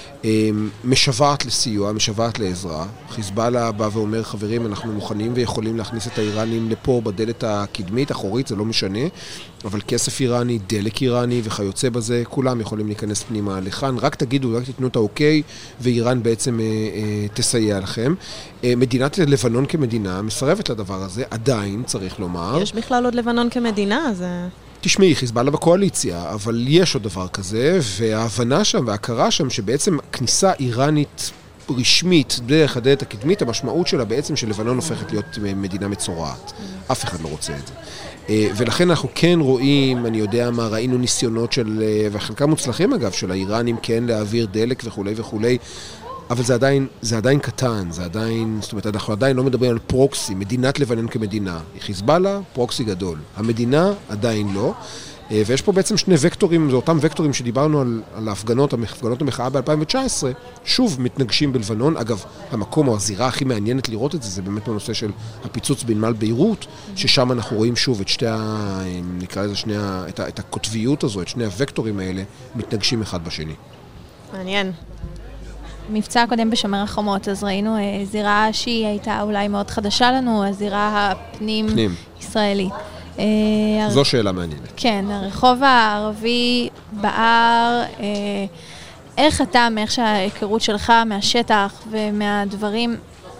משוועת לסיוע, משוועת לעזרה. חיזבאללה בא ואומר, חברים, אנחנו מוכנים ויכולים להכניס את האיראנים לפה בדלת הקדמית, אחורית, זה לא משנה, אבל כסף איראני, דלק איראני וכיוצא בזה, כולם יכולים להיכנס פנימה לכאן, רק תגידו, רק תתנו את האוקיי, ואיראן בעצם אה, אה, תסייע לכם. אה, מדינת לבנון כמדינה מסרבת לדבר הזה, עדיין צריך לומר. יש בכלל עוד לבנון כמדינה, זה... תשמעי, חיזבאללה בקואליציה, אבל יש עוד דבר כזה, וההבנה שם וההכרה שם שבעצם כניסה איראנית רשמית דרך הדלת הקדמית, המשמעות שלה בעצם שלבנון הופכת להיות מדינה מצורעת. אף אחד לא רוצה את זה. ולכן אנחנו כן רואים, אני יודע מה, ראינו ניסיונות של, וחלקם מוצלחים אגב, של האיראנים כן להעביר דלק וכו' וכו', אבל זה עדיין, זה עדיין קטן, זה עדיין, זאת אומרת, אנחנו עדיין לא מדברים על פרוקסי, מדינת לבנון כמדינה. חיזבאללה, פרוקסי גדול. המדינה עדיין לא. ויש פה בעצם שני וקטורים, זה אותם וקטורים שדיברנו על, על ההפגנות, ההפגנות המחאה ב-אלפיים תשע עשרה, שוב מתנגשים בלבנון. אגב, המקום או הזירה הכי מעניינת לראות את זה, זה באמת בנושא של הפיצוץ בנמל ביירות, ששם אנחנו רואים שוב את שתי ה... נקרא לזה שני ה... את, ה... את הכותביות הזו, את שני הוקטורים האלה, מתנגשים אחד בשני. מעניין. מבצע הקודם בשומר החומות, אז ראינו אה, זירה שהיא הייתה אולי מאוד חדשה לנו, הזירה הפנים פנים. ישראלית. אה, זו הר... שאלה מעניינת. כן, הרחוב הערבי בער, אה, איך אתה, מאיך שההיכרות שלך מהשטח ומהדברים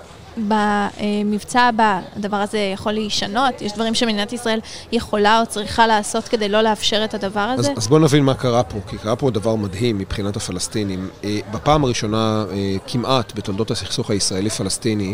במבצע הבא, הדבר הזה יכול להישנות? יש דברים שמדינת ישראל יכולה או צריכה לעשות כדי לא לאפשר את הדבר הזה? אז, אז בואו נבין מה קרה פה, כי קרה פה דבר מדהים מבחינת הפלסטינים. בפעם הראשונה, כמעט בתולדות הסכסוך הישראלי-פלסטיני,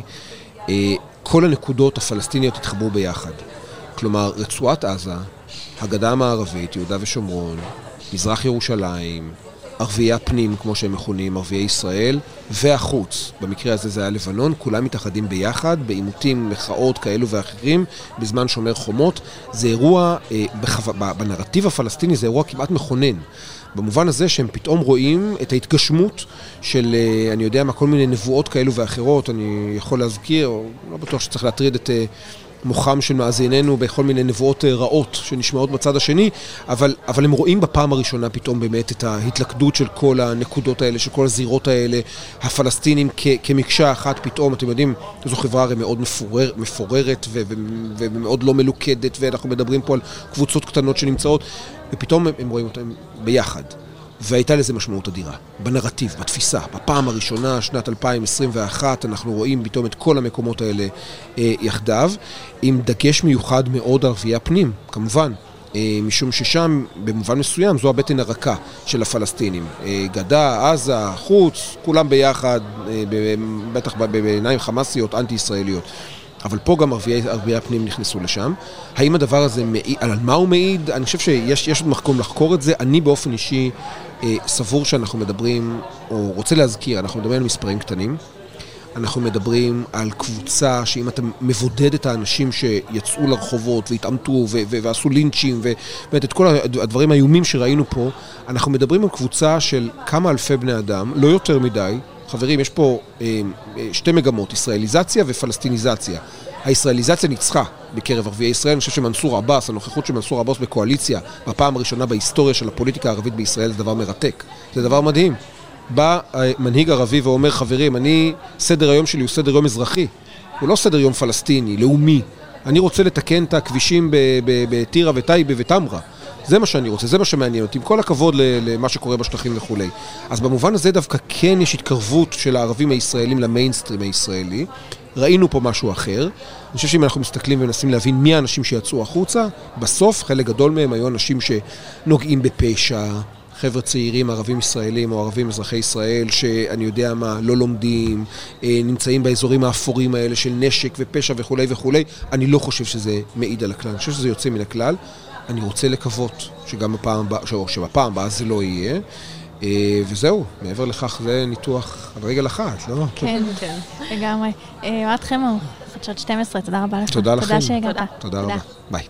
כל הנקודות הפלסטיניות התחברו ביחד. כלומר, רצועת עזה, הגדה המערבית, יהודה ושומרון, מזרח ירושלים, ערביי הפנים, כמו שהם מכונים, ערביי ישראל, והחוץ, במקרה הזה זה היה לבנון, כולם מתאחדים ביחד, בעימותים, מחאות כאלו ואחרים, בזמן שומר חומות. זה אירוע, אה, בחו... בנרטיב הפלסטיני, זה אירוע כמעט מכונן. במובן הזה שהם פתאום רואים את ההתגשמות של, אה, אני יודע מה, כל מיני נבואות כאלו ואחרות, אני יכול להזכיר, או לא בטוח שצריך להטריד את... אה, מוחם של מאזיננו בכל מיני נבואות רעות שנשמעות בצד השני, אבל, אבל הם רואים בפעם הראשונה פתאום באמת את ההתלכדות של כל הנקודות האלה, של כל הזירות האלה, הפלסטינים כ, כמקשה אחת פתאום, אתם יודעים, זו חברה הרי מאוד מפורר, מפוררת ו, ו, ו, ומאוד לא מלוכדת, ואנחנו מדברים פה על קבוצות קטנות שנמצאות, ופתאום הם, הם רואים אותם ביחד. והייתה לזה משמעות אדירה, בנרטיב, בתפיסה. בפעם הראשונה, שנת אלפיים עשרים ואחת, אנחנו רואים פתאום את כל המקומות האלה אה, יחדיו, עם דגש מיוחד מאוד ערביי הפנים, כמובן. אה, משום ששם, במובן מסוים, זו הבטן הרכה של הפלסטינים. אה, גדה, עזה, חוץ, כולם ביחד, אה, בטח בעיניים חמאסיות, אנטי-ישראליות. אבל פה גם ערביי, ערביי הפנים נכנסו לשם. האם הדבר הזה מעיד, על מה הוא מעיד? אני חושב שיש יש עוד מקום לחקור את זה. אני באופן אישי אה, סבור שאנחנו מדברים, או רוצה להזכיר, אנחנו מדברים על מספרים קטנים. אנחנו מדברים על קבוצה שאם אתה מבודד את האנשים שיצאו לרחובות והתעמתו ו- ו- ועשו לינצ'ים ובאמת את כל הדברים האיומים שראינו פה, אנחנו מדברים על קבוצה של כמה אלפי בני אדם, לא יותר מדי. חברים, יש פה אה, שתי מגמות, ישראליזציה ופלסטיניזציה. הישראליזציה ניצחה בקרב ערביי ישראל. אני חושב שמנסור עבאס, הנוכחות של מנסור עבאס בקואליציה, בפעם הראשונה בהיסטוריה של הפוליטיקה הערבית בישראל, זה דבר מרתק. זה דבר מדהים. בא מנהיג ערבי ואומר, חברים, אני, סדר היום שלי הוא סדר יום אזרחי. הוא לא סדר יום פלסטיני, לאומי. אני רוצה לתקן את הכבישים בטירה וטייבה ותמרה. זה מה שאני רוצה, זה מה שמעניין אותי, עם כל הכבוד למה שקורה בשטחים וכו'. אז במובן הזה דווקא כן יש התקרבות של הערבים הישראלים למיינסטרים הישראלי. ראינו פה משהו אחר. אני חושב שאם אנחנו מסתכלים ומנסים להבין מי האנשים שיצאו החוצה, בסוף חלק גדול מהם היו אנשים שנוגעים בפשע, חבר'ה צעירים, ערבים ישראלים או ערבים אזרחי ישראל, שאני יודע מה, לא לומדים, נמצאים באזורים האפורים האלה של נשק ופשע וכו' וכו'. אני לא חושב שזה מעיד על הכלל, אני חושב שזה יוצא מן הכלל. אני רוצה לקוות שגם בפעם הבאה, שבפעם הבאה זה לא יהיה. וזהו, מעבר לכך זה ניתוח על רגל אחת, לא? כן, כן. לגמרי. אוהד חמו, חדשות שתים עשרה, תודה רבה לך. תודה לכם. תודה שהגעת. תודה רבה. ביי.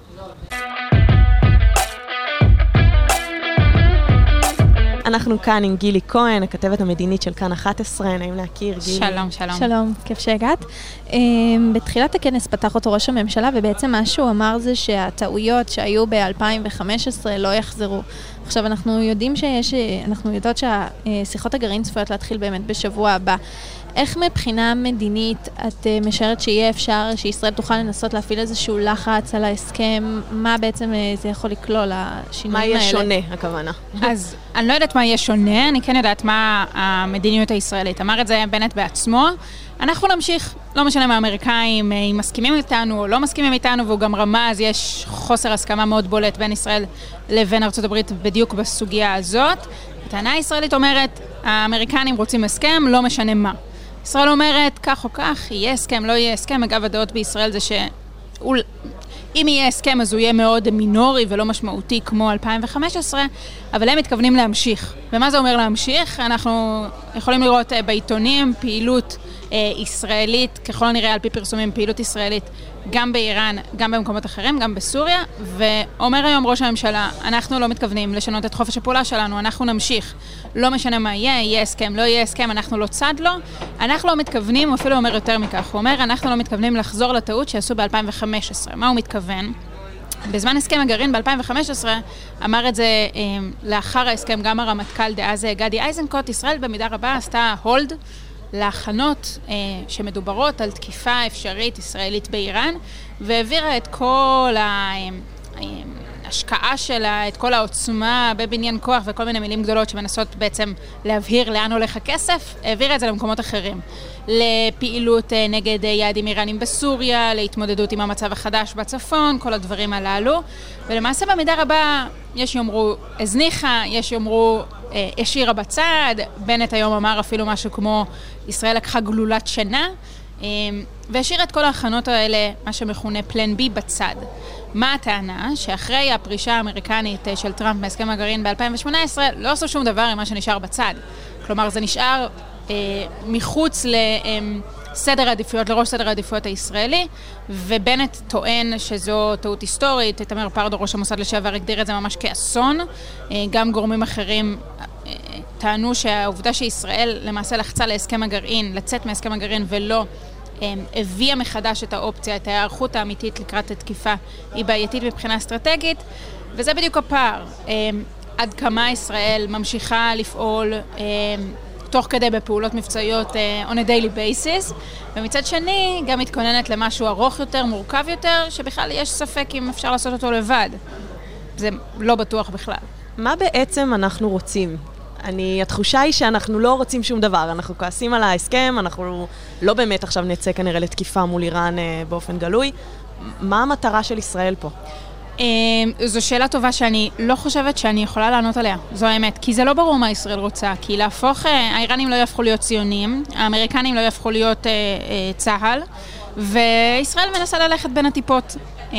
אנחנו כאן עם גילי כהן, הכתבת המדינית של כאן אחת עשרה, נעים להכיר, גילי. שלום, שלום. שלום, כיף שהגעת. בתחילת הכנס פתח אותו ראש הממשלה, ובעצם מה שהוא אמר זה שהטעויות שהיו ב-אלפיים וחמש עשרה לא יחזרו. עכשיו, אנחנו יודעים שיש, אנחנו יודעות שהשיחות הגרעין צפויות להתחיל באמת בשבוע הבא. איך מבחינה מדינית את משערת שיהיה אפשר, שישראל תוכל לנסות להפעיל איזשהו לחץ על ההסכם? מה בעצם זה יכול לכלול, השינויים האלה? מה יהיה שונה, הכוונה? אז אני לא יודעת מה יהיה שונה, אני כן יודעת מה המדיניות הישראלית. אמר את זה בנט בעצמו. אנחנו נמשיך, לא משנה מה האמריקאים, אם מסכימים איתנו או לא מסכימים איתנו, והוא גם רמז, יש חוסר הסכמה מאוד בולט בין ישראל לבין ארצות הברית בדיוק בסוגיה הזאת. הטענה הישראלית אומרת, האמריקנים רוצים הסכם, לא משנה מה. ישראל אומרת, כך או כך, יהיה הסכם, לא יהיה הסכם. אגב, הדעות בישראל זה שאם יהיה הסכם, אז הוא יהיה מאוד מינורי ולא משמעותי כמו אלפיים וחמש עשרה, אבל הם מתכוונים להמשיך. ומה זה אומר להמשיך? אנחנו יכולים לראות בעיתונים פעילות ישראלית, ככל הנראה על פי פרסומים, פעילות ישראלית, גם באיראן, גם במקומות אחרים, גם בסוריה, ואומר היום ראש הממשלה, אנחנו לא מתכוונים לשנות את חופש הפעולה שלנו, אנחנו נמשיך. לא משנה מה יהיה, יהיה הסכם, לא יהיה הסכם, אנחנו לא צד לו, אנחנו לא מתכוונים, הוא אפילו אומר יותר מכך, הוא אומר, אנחנו לא מתכוונים לחזור לטעות שעשו ב-אלפיים וחמש עשרה. מה הוא מתכוון? בזמן הסכם הגרעין ב-אלפיים וחמש עשרה, אמר את זה לאחר ההסכם גם הרמטכ"ל דאז גדי איזנקוט, ישראל במידה רבה עשתה הולד, להכנות אה, שמדוברות על תקיפה אפשרית ישראלית באיראן, והעבירה את כל ההשקעה שלה, את כל העוצמה בבניין כוח וכל מיני מילים גדולות שמנסות בעצם להבהיר לאן הולך הכסף, העבירה את זה למקומות אחרים. לפעילות אה, נגד אה, יעדים איראנים בסוריה, להתמודדות עם המצב החדש בצפון, כל הדברים הללו. ולמעשה במידה רבה יש יאמרו הזניחה, יש יאמרו השאירה בצד, בנט היום אמר אפילו משהו כמו ישראל לקחה גלולת שנה, והשאירה את כל ההכנות האלה, מה שמכונה פלן בי בצד. מה הטענה? שאחרי הפרישה האמריקנית של טראמפ מהסכם הגרעין ב-אלפיים שמונה עשרה, לא עשו שום דבר עם מה שנשאר בצד. כלומר, זה נשאר אה, מחוץ לסדר העדיפויות, לראש סדר העדיפויות הישראלי, ובנט טוען שזו טעות היסטורית, תמיר פרדו, ראש המוסד לשעבר, הגדיר את זה ממש כאסון. אה, גם גורמים אחרים אה, טענו שהעובדה שישראל למעשה לחצה להסכם הגרעין, לצאת מהסכם הגרעין ולא הביאה מחדש את האופציה, את ההיערכות האמיתית לקראת התקיפה, היא בעייתית מבחינה אסטרטגית, וזה בדיוק הפער. עד כמה ישראל ממשיכה לפעול תוך כדי בפעולות מבצעיות on a daily basis, ומצד שני גם מתכוננת למשהו ארוך יותר, מורכב יותר, שבכלל יש ספק אם אפשר לעשות אותו לבד. זה לא בטוח בכלל. מה בעצם אנחנו רוצים? אני, התחושה היא שאנחנו לא רוצים שום דבר, אנחנו כועסים על ההסכם, אנחנו לא באמת עכשיו נצא כנראה לתקיפה מול איראן אה, באופן גלוי. מה המטרה של ישראל פה? אה, זו שאלה טובה שאני לא חושבת שאני יכולה לענות עליה, זו האמת, כי זה לא ברור מה ישראל רוצה, כי להפוך, אה, האיראנים לא יהפכו להיות ציונים, האמריקנים לא יהפכו להיות אה, אה, צהל, וישראל מנסה ללכת בין הטיפות. אה,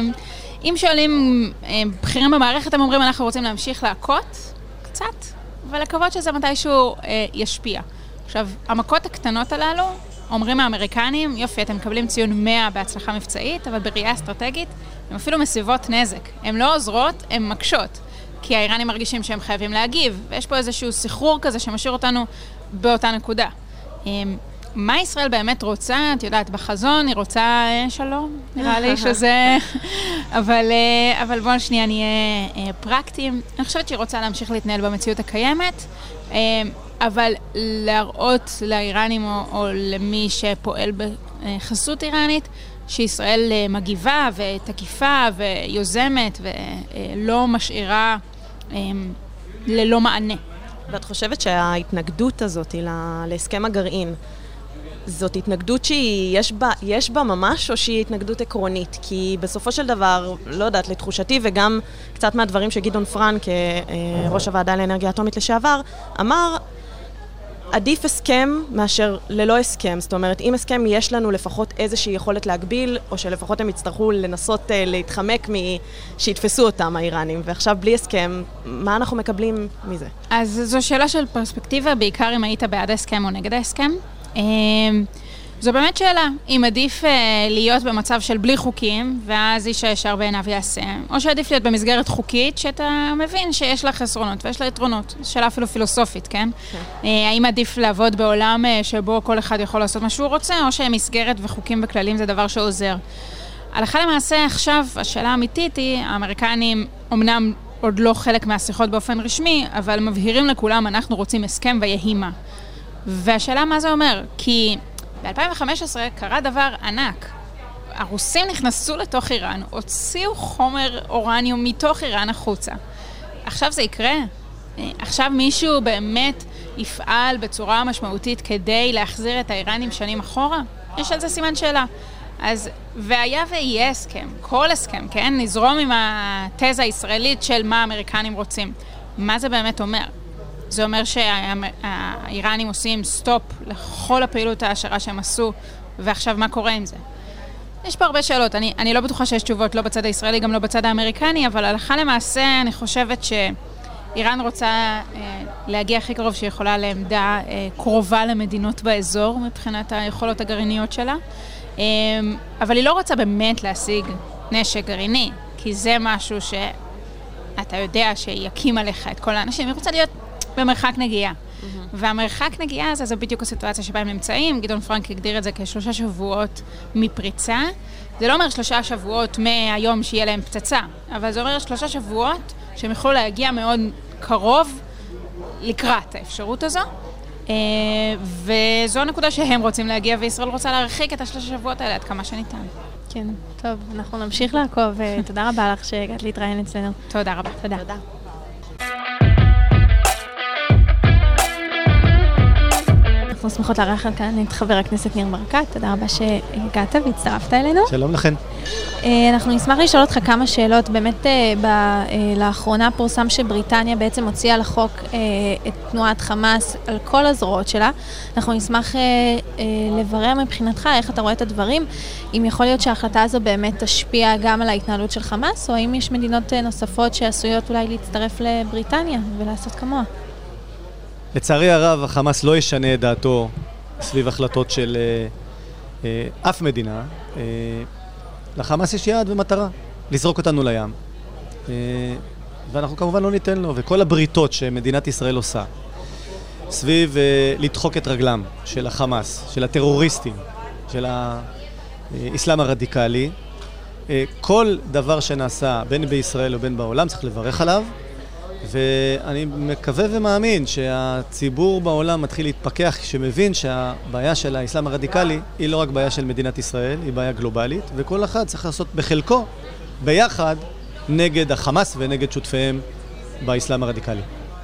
אם שואלים אה, בכירים במערכת, הם אומרים אנחנו רוצים להמשיך להכות, קצת, ולקוות שזה מתישהו אה, ישפיע. עכשיו, המכות הקטנות הללו, אומרים האמריקנים, יופי, אתם מקבלים ציון מאה בהצלחה מבצעית, אבל בראייה אסטרטגית, הם אפילו מסיבות נזק. הן לא עוזרות, הן מקשות. כי האיראנים מרגישים שהם חייבים להגיב, ויש פה איזשהו סחרור כזה שמשאיר אותנו באותה נקודה. אה, מה ישראל באמת רוצה? את יודעת, בחזון היא רוצה אה, שלום, נראה לי שזה... אבל, אה, אבל בואו שנייה נהיה אה, פרקטיים. אני חושבת שהיא רוצה להמשיך להתנהל במציאות הקיימת, אה, אבל להראות לאיראנים או, או למי שפועל בחסות איראנית, שישראל אה, מגיבה ותקיפה ויוזמת ולא משאירה אה, ללא מענה. ואת חושבת שההתנגדות הזאת לה, להסכם הגרעין, זאת התנגדות שיש בה, יש בה ממש, או שהיא התנגדות עקרונית? כי בסופו של דבר, לא יודעת, לתחושתי, וגם קצת מהדברים שגדעון פרנק, ראש הוועדה לאנרגיה אטומית לשעבר, אמר, עדיף הסכם מאשר ללא הסכם. זאת אומרת, אם הסכם יש לנו לפחות איזושהי יכולת להגביל, או שלפחות הם יצטרכו לנסות uh, להתחמק משיתפסו אותם האיראנים. ועכשיו בלי הסכם, מה אנחנו מקבלים מזה? אז זו שאלה של פרספקטיבה, בעיקר אם היית בעד ההסכם או נגד ההסכם. זו באמת שאלה, אם עדיף להיות במצב של בלי חוקים, ואז איש הישר בעיניו יעשה, או שעדיף להיות במסגרת חוקית, שאתה מבין שיש לה חסרונות ויש לה יתרונות. זו שאלה אפילו פילוסופית, כן? Okay. האם עדיף לעבוד בעולם שבו כל אחד יכול לעשות מה שהוא רוצה, או שמסגרת וחוקים וכללים זה דבר שעוזר. הלכה למעשה עכשיו, השאלה האמיתית היא, האמריקנים אומנם עוד לא חלק מהשיחות באופן רשמי, אבל מבהירים לכולם, אנחנו רוצים הסכם ויהי מה. והשאלה מה זה אומר? כי ב-אלפיים וחמש עשרה קרה דבר ענק. הרוסים נכנסו לתוך איראן, הוציאו חומר אורניום מתוך איראן החוצה. עכשיו זה יקרה? עכשיו מישהו באמת יפעל בצורה משמעותית כדי להחזיר את האיראנים שנים אחורה? יש על זה סימן שאלה. אז, והיה ויהיה הסכם, כל הסכם, כן? נזרום עם התזה הישראלית של מה האמריקנים רוצים. מה זה באמת אומר? זה אומר שהאיראנים עושים סטופ לכל הפעילות ההשערה שהם עשו, ועכשיו מה קורה עם זה? יש פה הרבה שאלות. אני, אני לא בטוחה שיש תשובות, לא בצד הישראלי, גם לא בצד האמריקני, אבל הלכה למעשה אני חושבת שאיראן רוצה אה, להגיע הכי קרוב שיכולה לעמדה אה, קרובה למדינות באזור, מבחינת היכולות הגרעיניות שלה, אה, אבל היא לא רוצה באמת להשיג נשק גרעיני, כי זה משהו שאתה יודע שיקים עליך את כל האנשים. היא רוצה להיות במרחק נגיעה. Mm-hmm. והמרחק נגיעה הזה, זו בדיוק הסיטואציה שבה הם נמצאים. גדעון פרנק הגדיר את זה כשלושה שבועות מפריצה. זה לא אומר שלושה שבועות מהיום שיהיה להם פצצה, אבל זה אומר שלושה שבועות שהם יוכלו להגיע מאוד קרוב לקראת האפשרות הזו. וזו הנקודה שהם רוצים להגיע, וישראל רוצה להרחיק את השלושה שבועות האלה עד כמה שניתן. כן, טוב, אנחנו נמשיך לעקוב. תודה רבה לך שהגעת להתראיין אצלנו. תודה רבה. תודה. תודה. אנחנו שמחות לארח כאן את חבר הכנסת ניר ברקת. תודה רבה שהגעת והצטרפת אלינו. שלום לכם. אנחנו נשמח לשאול אותך כמה שאלות. באמת לאחרונה פורסם שבריטניה בעצם הוציאה לחוק את תנועת חמאס על כל הזרועות שלה. אנחנו נשמח לברר מבחינתך איך אתה רואה את הדברים. אם יכול להיות שההחלטה הזו באמת תשפיע גם על ההתנהלות של חמאס, או האם יש מדינות נוספות שעשויות אולי להצטרף לבריטניה ולעשות כמוה? לצערי הרב, החמאס לא ישנה את דעתו סביב החלטות של אה, אה, אף מדינה. אה, לחמאס יש יעד ומטרה, לזרוק אותנו לים. אה, ואנחנו כמובן לא ניתן לו, וכל הבריתות שמדינת ישראל עושה, סביב אה, לדחוק את רגלם של החמאס, של הטרוריסטים, של האסלאם הרדיקלי, אה, כל דבר שנעשה בין בישראל ובין בעולם צריך לברך עליו, ואני מקווה ומאמין שהציבור בעולם מתחיל להתפכח שמבין שהבעיה של האסלאם הרדיקלי היא לא רק בעיה של מדינת ישראל, היא בעיה גלובלית, וכל אחד צריך לעשות בחלקו ביחד נגד החמאס ונגד שותפיהם באסלאם הרדיקלי.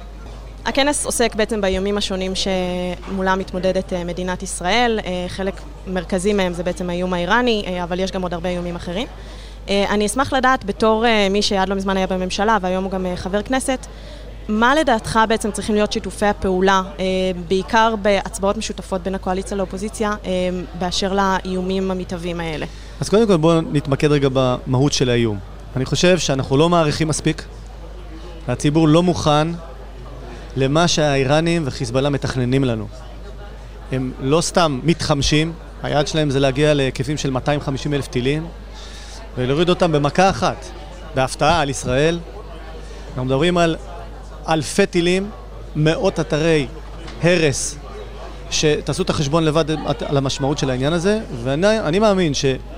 הכנס עוסק בעצם באיומים השונים שמולם מתמודדת מדינת ישראל. חלק מרכזי מהם זה בעצם האיום האיראני, אבל יש גם עוד הרבה איומים אחרים. אני אשמח לדעת, בתור מי שעד לא מזמן היה בממשלה, והיום הוא גם חבר כנסת, מה לדעתך בעצם צריכים להיות שיתופי הפעולה, בעיקר בהצבעות משותפות בין הקואליציה לאופוזיציה, באשר לאיומים המתהווים האלה? אז קודם כל בואו נתמקד רגע במהות של האיום. אני חושב שאנחנו לא מעריכים מספיק, והציבור לא מוכן למה שהאיראנים וחיזבאללה מתכננים לנו. הם לא סתם מתחמשים, היעד שלהם זה להגיע להיקפים של מאתיים וחמישים אלף טילים, ולהוריד אותם במכה אחת, בהפתעה על ישראל. אנחנו מדברים על אלפי טילים, מאות אתרי הרס, שתעשו את החשבון לבד על המשמעות של העניין הזה, ואני אני מאמין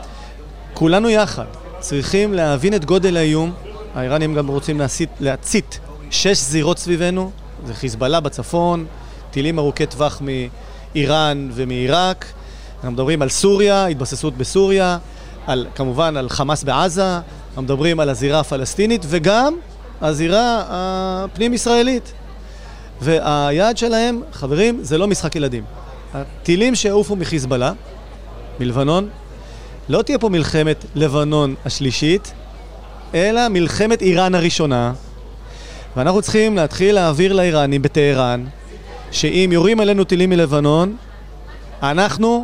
שכולנו יחד צריכים להבין את גודל האיום. האיראנים גם רוצים להצית, להצית שש זירות סביבנו, זה חיזבאללה בצפון, טילים ארוכי טווח מאיראן ומעיראק, אנחנו מדברים על סוריה, התבססות בסוריה, על, כמובן על חמאס בעזה, אנחנו מדברים על הזירה הפלסטינית וגם הזירה הפנים ישראלית. והיעד שלהם, חברים, זה לא משחק ילדים. הטילים שעופו מחיזבאללה, מלבנון, לא תהיה פה מלחמת לבנון השלישית, אלא מלחמת איראן הראשונה, ואנחנו צריכים להתחיל להעביר לאיראנים בטהרן, שאם יורים עלינו טילים מלבנון, אנחנו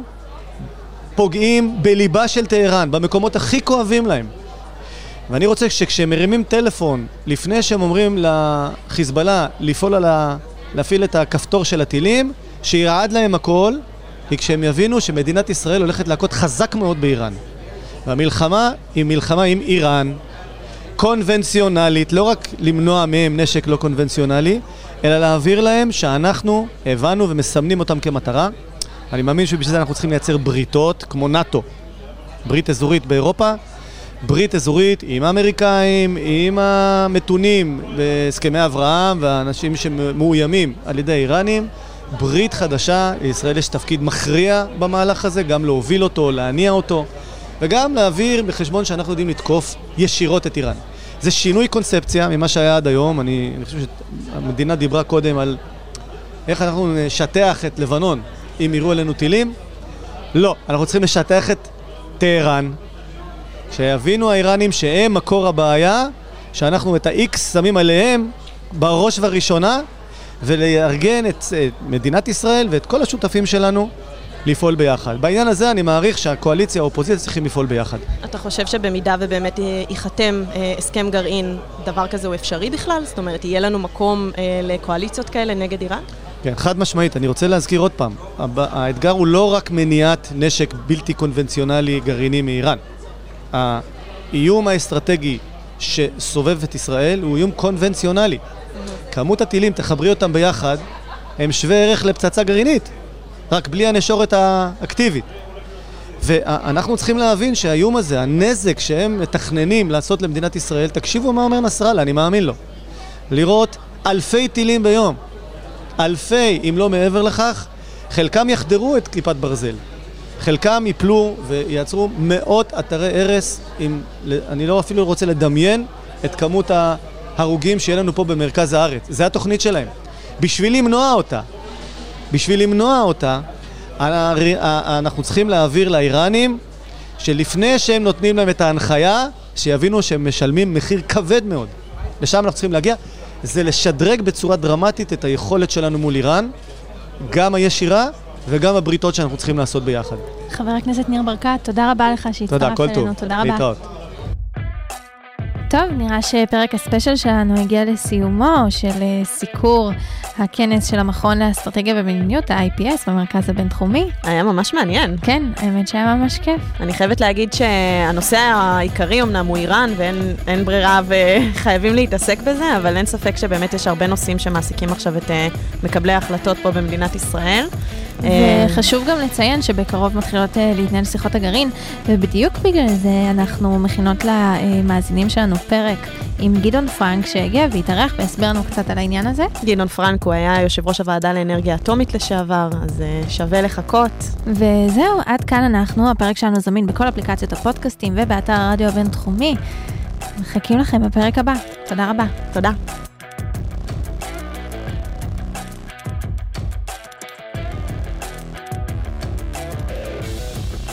פוגעים בליבה של טהרן, במקומות הכי כואבים להם. ואני רוצה שכשהם מרימים טלפון, לפני שהם אומרים לחיזבאללה לפעול על ה... להפעיל את הכפתור של הטילים, שירעד להם הכל, כי כשהם יבינו שמדינת ישראל הולכת להכות חזק מאוד באיראן. והמלחמה היא מלחמה עם איראן, קונבנציונלית, לא רק למנוע מהם נשק לא קונבנציונלי, אלא להעביר להם שאנחנו הבנו ומסמנים אותם כמטרה. אני מאמין שבשביל זה אנחנו צריכים לייצר בריתות, כמו נאטו, ברית אזורית באירופה, ברית אזורית עם האמריקאים, עם המתונים בהסכמי אברהם והאנשים שמאוימים על ידי האיראנים, ברית חדשה. לישראל יש תפקיד מכריע במהלך הזה, גם להוביל אותו, להניע אותו, וגם להעביר בחשבון שאנחנו יודעים לתקוף ישירות את איראן. זה שינוי קונספציה ממה שהיה עד היום. אני, אני חושב שהמדינה דיברה קודם על איך אנחנו נשטח את לבנון אם יראו אלינו טילים. לא, אנחנו צריכים לשטח את טהרן, שיבינו האיראנים שהם מקור הבעיה, שאנחנו את ה-X שמים עליהם בראש ובראשונה, ולארגן את, את מדינת ישראל ואת כל השותפים שלנו לפעול ביחד. בעניין הזה אני מעריך שהקואליציה, האופוזיציה צריכים לפעול ביחד. אתה חושב שבמידה ובאמת ייחתם הסכם גרעין, דבר כזה הוא אפשרי בכלל? זאת אומרת, יהיה לנו מקום לקואליציות כאלה נגד איראן? כן, חד משמעית. אני רוצה להזכיר עוד פעם, האתגר הוא לא רק מניעת נשק בלתי קונבנציונלי גרעיני מאיראן. האיום האסטרטגי שסובב את ישראל הוא איום קונבנציונלי. כמות הטילים, תחברי אותם ביחד, הם שווה ערך לפצצה גרעינית, רק בלי הנשורת האקטיבית. ואנחנו צריכים להבין שהאיום הזה, הנזק שהם מתכננים לעשות למדינת ישראל, תקשיבו מה אומר נסראללה, אני מאמין לו. לראות אלפי טילים ביום, אלפי, אם לא מעבר לכך, חלקם יחדרו את קליפת ברזל. חלקם יפלו ויעצרו מאות אתרי הרס, עם, אני לא אפילו רוצה לדמיין את כמות ההרוגים שיהיה לנו פה במרכז הארץ. זה התוכנית שלהם. בשביל למנוע אותה, בשביל למנוע אותה, אנחנו צריכים להעביר לאיראנים, שלפני שהם נותנים להם את ההנחיה, שיבינו שהם משלמים מחיר כבד מאוד. לשם אנחנו צריכים להגיע, זה לשדרג בצורה דרמטית את היכולת שלנו מול איראן, גם הישירה, וגם הבריתות שאנחנו צריכים לעשות ביחד. חבר הכנסת ניר ברקת, תודה רבה לך שהצטרפת אלינו. תודה רבה. להתראות. טוב, נראה שפרק הספיישל שלנו הגיע לסיומו של סיקור הכנס של המכון לאסטרטגיה ומדיניות, ה-איי פי אס, במרכז הבינתחומי. היה ממש מעניין. כן, האמת שהיה ממש כיף. אני חייבת להגיד שהנושא העיקרי אמנם הוא איראן, ואין ברירה וחייבים להתעסק בזה, אבל אין ספק שבאמת יש הרבה נושאים שמעסיקים עכשיו את מקבלי ההחלטות פה במדינת ישראל. וחשוב גם לציין שבקרוב מתחילות להתנהל שיחות הגרעין, ובדיוק בגלל זה אנחנו מכינות למאזינים שלנו פרק עם גדעון פרנק שהגיע והתארח והסבר לנו קצת על העניין הזה. גדעון פרנק הוא היה יושב ראש הוועדה לאנרגיה אטומית לשעבר, אז שווה לחכות. וזהו, עד כאן אנחנו, הפרק שלנו זמין בכל אפליקציות הפודקאסטים ובאתר הרדיו הבינתחומי. מחכים לכם בפרק הבא. תודה רבה. תודה.